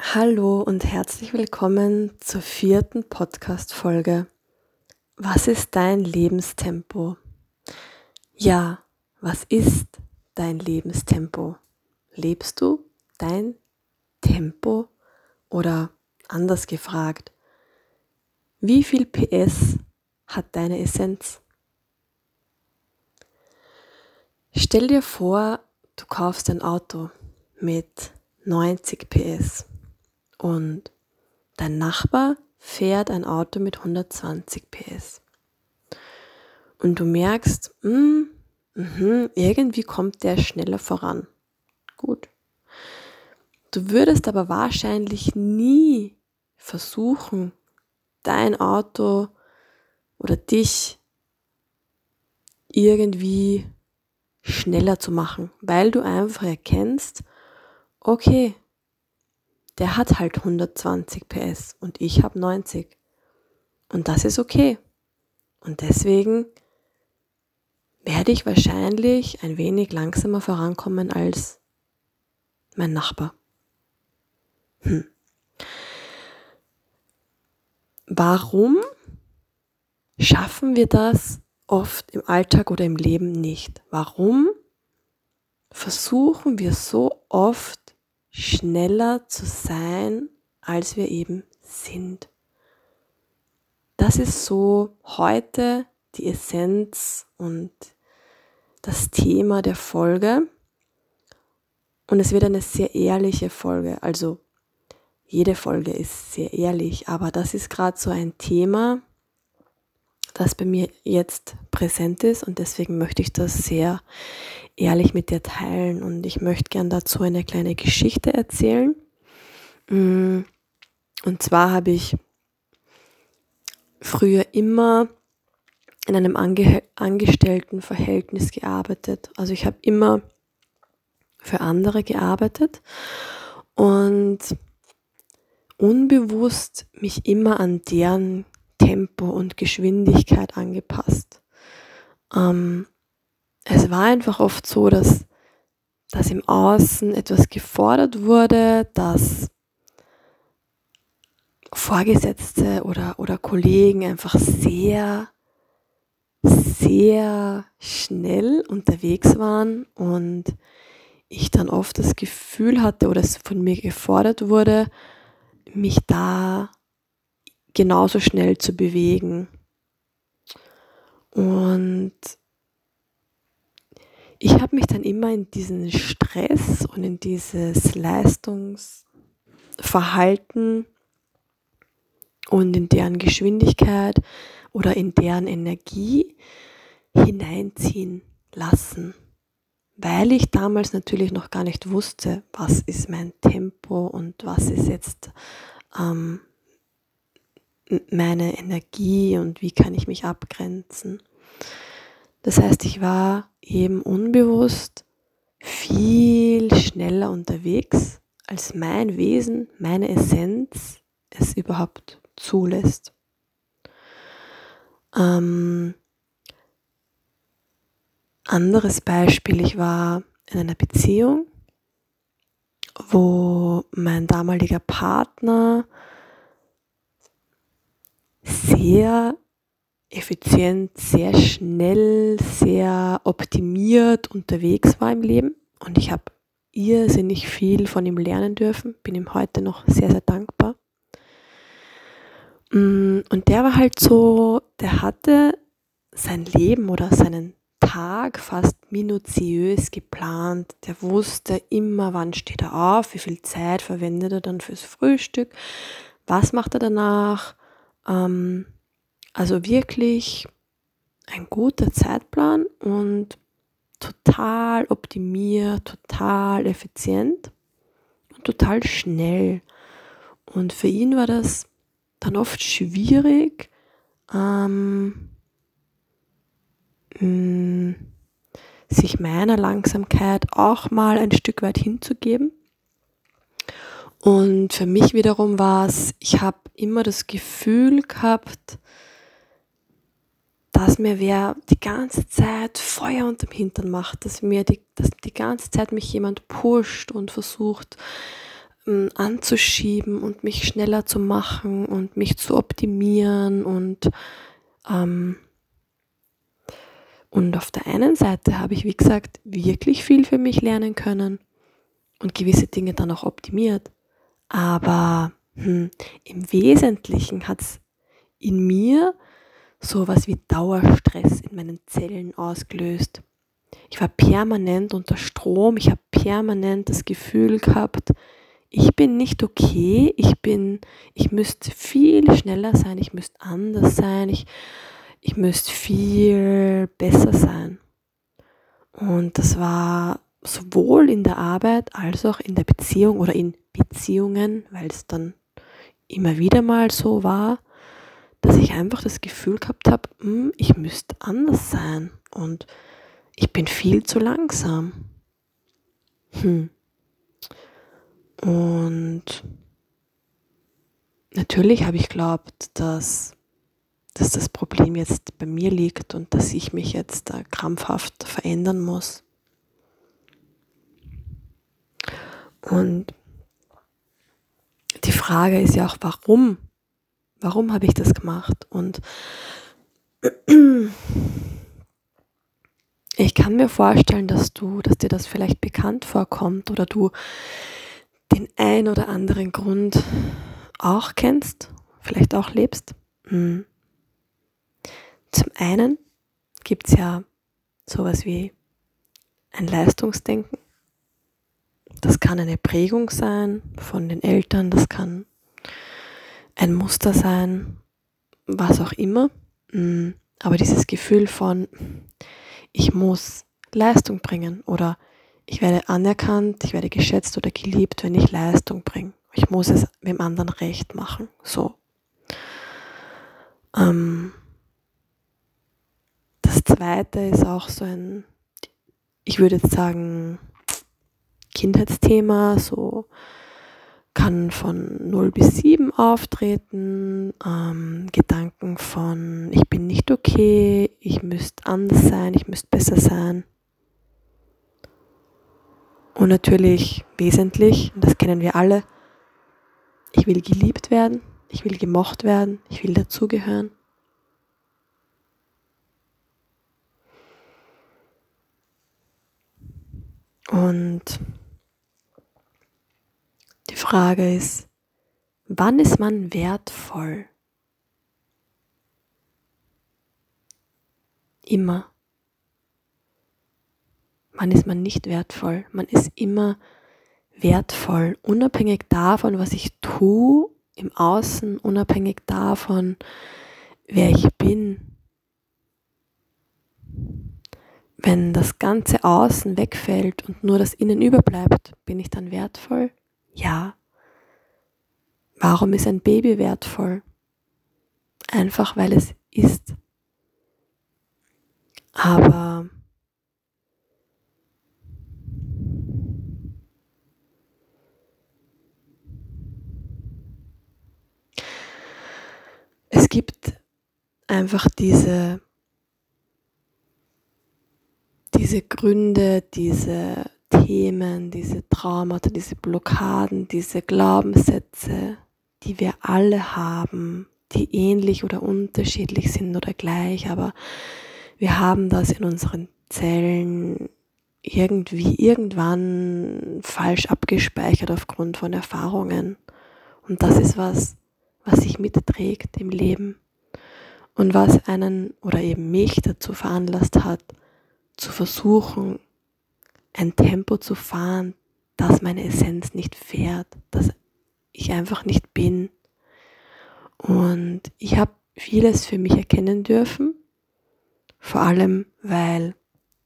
Hallo und herzlich willkommen zur 4. Podcast-Folge. Was ist dein Lebenstempo? Ja, was ist dein Lebenstempo? Lebst du dein Tempo? Oder anders gefragt, wie viel PS hat deine Essenz? Stell dir vor, du kaufst ein Auto mit 90 PS und dein Nachbar fährt ein Auto mit 120 PS. Und du merkst, irgendwie kommt der schneller voran. Gut. Du würdest aber wahrscheinlich nie versuchen, dein Auto oder dich irgendwie schneller zu machen, weil du einfach erkennst, okay, der hat halt 120 PS und ich habe 90. Und das ist okay. Und deswegen werde ich wahrscheinlich ein wenig langsamer vorankommen als mein Nachbar. Warum schaffen wir das oft im Alltag oder im Leben nicht? Warum versuchen wir so oft schneller zu sein, als wir eben sind? Das ist so heute die Essenz und das Thema der Folge. Und es wird eine sehr ehrliche Folge. Also jede Folge ist sehr ehrlich, aber das ist gerade so ein Thema, das bei mir jetzt präsent ist und deswegen möchte ich das sehr ehrlich mit dir teilen und ich möchte gern dazu eine kleine Geschichte erzählen. Und zwar habe ich früher immer in einem Angestelltenverhältnis gearbeitet. Also ich habe immer für andere gearbeitet und unbewusst mich immer an deren Tempo und Geschwindigkeit angepasst. Es war einfach oft so, dass im Außen etwas gefordert wurde, dass Vorgesetzte oder Kollegen einfach sehr, sehr schnell unterwegs waren und ich dann oft das Gefühl hatte oder es von mir gefordert wurde, mich da genauso schnell zu bewegen. Und ich habe mich dann immer in diesen Stress und in dieses Leistungsverhalten und in deren Geschwindigkeit oder in deren Energie hineinziehen lassen, weil ich damals natürlich noch gar nicht wusste, was ist mein Tempo und was ist jetzt meine Energie und wie kann ich mich abgrenzen. Das heißt, ich war eben unbewusst viel schneller unterwegs, als mein Wesen, meine Essenz es überhaupt zulässt. Anderes Beispiel, ich war in einer Beziehung, wo mein damaliger Partner sehr effizient, sehr schnell, sehr optimiert unterwegs war im Leben und ich habe irrsinnig viel von ihm lernen dürfen, bin ihm heute noch sehr, sehr dankbar. Und der war halt so, der hatte sein Leben oder seinen Tag fast minutiös geplant. Der wusste immer, wann steht er auf, wie viel Zeit verwendet er dann fürs Frühstück, was macht er danach. Also wirklich ein guter Zeitplan und total optimiert, total effizient und total schnell. Und für ihn war das dann oft schwierig, sich meiner Langsamkeit auch mal ein Stück weit hinzugeben. Und für mich wiederum war es, ich habe immer das Gefühl gehabt, dass mir wer die ganze Zeit Feuer unterm Hintern macht, dass die ganze Zeit mich jemand pusht und versucht, anzuschieben und mich schneller zu machen und mich zu optimieren und auf der einen Seite habe ich, wie gesagt, wirklich viel für mich lernen können und gewisse Dinge dann auch optimiert. Aber im Wesentlichen hat es in mir sowas wie Dauerstress in meinen Zellen ausgelöst. Ich war permanent unter Strom, ich habe permanent das Gefühl gehabt, ich bin nicht okay, ich müsste viel schneller sein, ich müsste anders sein, ich müsste viel besser sein. Und das war sowohl in der Arbeit als auch in der Beziehung oder in Beziehungen, weil es dann immer wieder mal so war, dass ich einfach das Gefühl gehabt habe, ich müsste anders sein und ich bin viel zu langsam. Und natürlich habe ich geglaubt, dass das Problem jetzt bei mir liegt und dass ich mich jetzt da krampfhaft verändern muss. Und die Frage ist ja auch, warum? Warum habe ich das gemacht? Und ich kann mir vorstellen, dass dir das vielleicht bekannt vorkommt oder du den ein oder anderen Grund auch kennst, vielleicht auch lebst. Zum einen gibt es ja sowas wie ein Leistungsdenken. Das kann eine Prägung sein von den Eltern, das kann ein Muster sein, was auch immer. Aber dieses Gefühl von, ich muss Leistung bringen oder ich werde anerkannt, ich werde geschätzt oder geliebt, wenn ich Leistung bringe. Ich muss es dem anderen recht machen. So. Das zweite ist auch so ein, ich würde jetzt sagen, Kindheitsthema, so kann von 0 bis 7 auftreten, Gedanken von, ich bin nicht okay, ich müsste anders sein, ich müsste besser sein. Und natürlich wesentlich, und das kennen wir alle, ich will geliebt werden, ich will gemocht werden, ich will dazugehören. Und die Frage ist, wann ist man wertvoll? Immer. Wann ist man nicht wertvoll? Man ist immer wertvoll, unabhängig davon, was ich tue im Außen, unabhängig davon, wer ich bin. Wenn das ganze Außen wegfällt und nur das Innen überbleibt, bin ich dann wertvoll? Ja. Warum ist ein Baby wertvoll? Einfach weil es ist. Aber es gibt einfach diese Gründe, diese Themen, diese Traumata, diese Blockaden, diese Glaubenssätze, die wir alle haben, die ähnlich oder unterschiedlich sind oder gleich, aber wir haben das in unseren Zellen irgendwann falsch abgespeichert aufgrund von Erfahrungen. Und das ist was sich mitträgt im Leben und was einen oder eben mich dazu veranlasst hat, zu versuchen, ein Tempo zu fahren, das meine Essenz nicht fährt, dass ich einfach nicht bin. Und ich habe vieles für mich erkennen dürfen, vor allem weil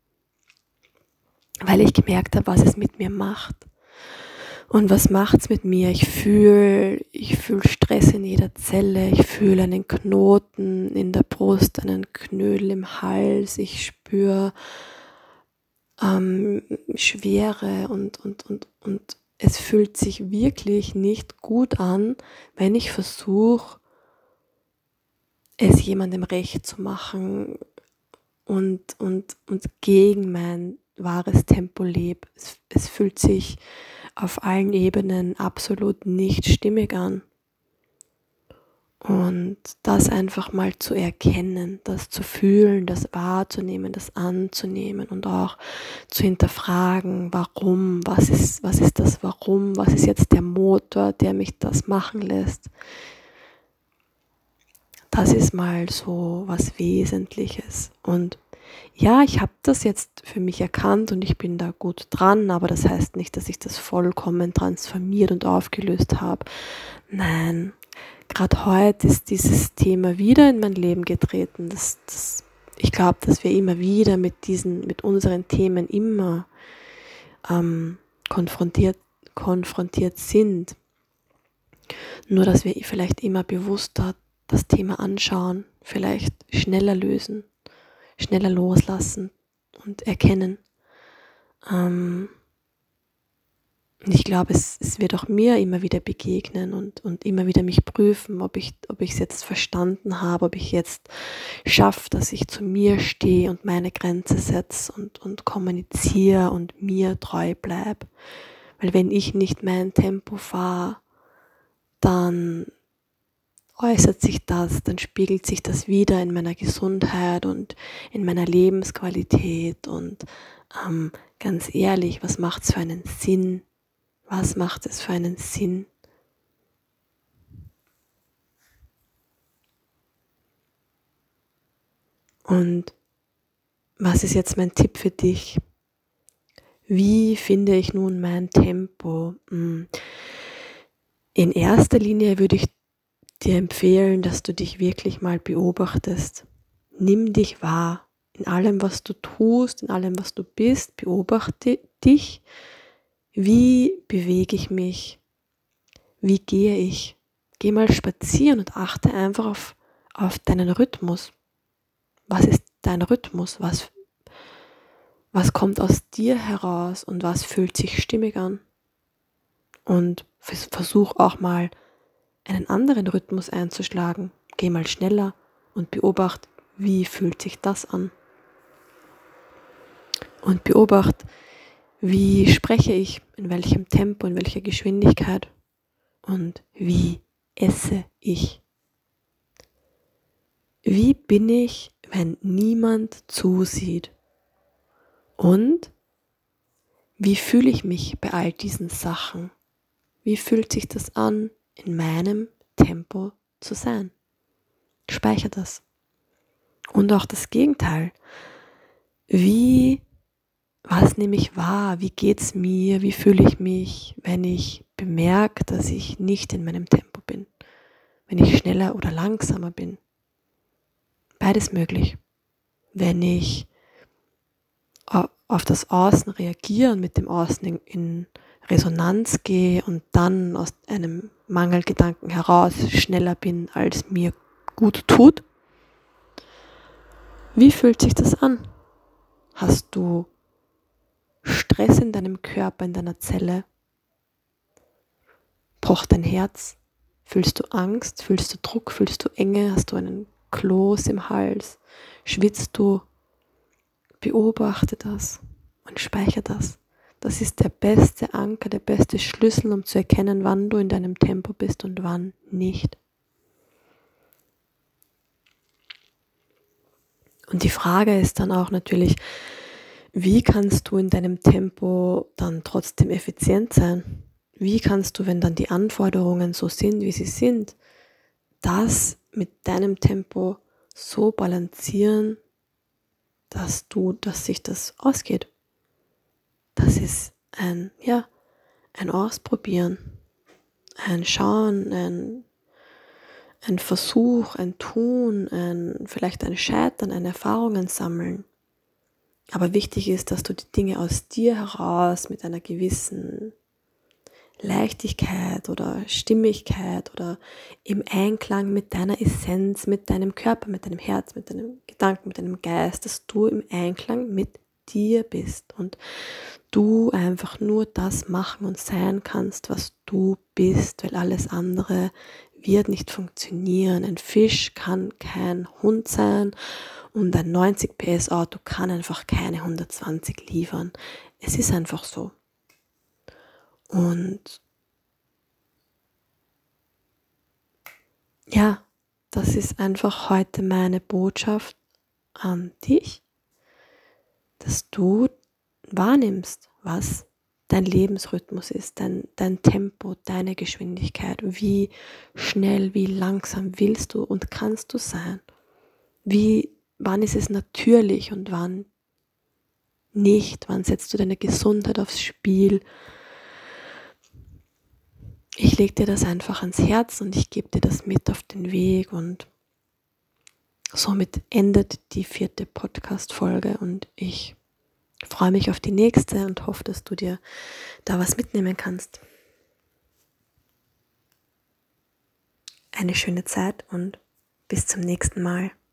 ich gemerkt habe, was es mit mir macht. Und was macht's mit mir? Ich fühle Stress in jeder Zelle, ich fühle einen Knoten in der Brust, einen Knödel im Hals, ich spüre Schwere und es fühlt sich wirklich nicht gut an, wenn ich versuche, es jemandem recht zu machen und gegen mein wahres Tempo lebe. Es fühlt sich auf allen Ebenen absolut nicht stimmig an. Und das einfach mal zu erkennen, das zu fühlen, das wahrzunehmen, das anzunehmen und auch zu hinterfragen, warum, was ist das Warum, was ist jetzt der Motor, der mich das machen lässt. Das ist mal so was Wesentliches. Und ja, ich habe das jetzt für mich erkannt und ich bin da gut dran, aber das heißt nicht, dass ich das vollkommen transformiert und aufgelöst habe. Nein, gerade heute ist dieses Thema wieder in mein Leben getreten. Ich glaube, dass wir immer wieder mit unseren Themen immer konfrontiert sind. Nur, dass wir vielleicht immer bewusster das Thema anschauen, vielleicht schneller lösen, schneller loslassen und erkennen. Und ich glaube, es wird auch mir immer wieder begegnen und immer wieder mich prüfen, ob ich es jetzt verstanden habe, ob ich jetzt schaffe, dass ich zu mir stehe und meine Grenze setze und kommuniziere und mir treu bleibe. Weil wenn ich nicht mein Tempo fahre, dann äußert sich das, dann spiegelt sich das wieder in meiner Gesundheit und in meiner Lebensqualität und ganz ehrlich, was macht es für einen Sinn? Was macht es für einen Sinn? Und was ist jetzt mein Tipp für dich? Wie finde ich nun mein Tempo? In erster Linie würde ich dir empfehlen, dass du dich wirklich mal beobachtest. Nimm dich wahr. In allem, was du tust, in allem, was du bist, beobachte dich. Wie bewege ich mich? Wie gehe ich? Geh mal spazieren und achte einfach auf deinen Rhythmus. Was ist dein Rhythmus? Was kommt aus dir heraus und was fühlt sich stimmig an? Und versuch auch mal einen anderen Rhythmus einzuschlagen. Geh mal schneller und beobachte, wie fühlt sich das an? Und beobachte, wie spreche ich, in welchem Tempo, in welcher Geschwindigkeit und wie esse ich. Wie bin ich, wenn niemand zusieht? Und wie fühle ich mich bei all diesen Sachen? Wie fühlt sich das an, in meinem Tempo zu sein? Speichere das. Und auch das Gegenteil. Was nehme ich wahr? Wie geht's mir? Wie fühle ich mich, wenn ich bemerke, dass ich nicht in meinem Tempo bin? Wenn ich schneller oder langsamer bin? Beides möglich. Wenn ich auf das Außen reagiere und mit dem Außen in Resonanz gehe und dann aus einem Mangelgedanken heraus schneller bin, als mir gut tut. Wie fühlt sich das an? Hast du Stress in deinem Körper, in deiner Zelle? Pocht dein Herz? Fühlst du Angst? Fühlst du Druck? Fühlst du Enge? Hast du einen Kloß im Hals? Schwitzt du? Beobachte das und speichere das. Das ist der beste Anker, der beste Schlüssel, um zu erkennen, wann du in deinem Tempo bist und wann nicht. Und die Frage ist dann auch natürlich, wie kannst du in deinem Tempo dann trotzdem effizient sein? Wie kannst du, wenn dann die Anforderungen so sind, wie sie sind, das mit deinem Tempo so balancieren, dass sich das ausgeht? Das ist ein Ausprobieren, ein Schauen, ein Versuch, ein Tun, vielleicht ein Scheitern, ein Erfahrungen sammeln. Aber wichtig ist, dass du die Dinge aus dir heraus mit einer gewissen Leichtigkeit oder Stimmigkeit oder im Einklang mit deiner Essenz, mit deinem Körper, mit deinem Herz, mit deinem Gedanken, mit deinem Geist, dass du im Einklang mit dir bist und du einfach nur das machen und sein kannst, was du bist, weil alles andere wird nicht funktionieren. Ein Fisch kann kein Hund sein und ein 90 PS Auto kann einfach keine 120 liefern. Es ist einfach so. Und ja, das ist einfach heute meine Botschaft an dich, dass du wahrnimmst, was dein Lebensrhythmus ist, dein Tempo, deine Geschwindigkeit, wie schnell, wie langsam willst du und kannst du sein, wann ist es natürlich und wann nicht, wann setzt du deine Gesundheit aufs Spiel. Ich lege dir das einfach ans Herz und ich gebe dir das mit auf den Weg und somit endet die 4. Podcast-Folge und ich freue mich auf die nächste und hoffe, dass du dir da was mitnehmen kannst. Eine schöne Zeit und bis zum nächsten Mal.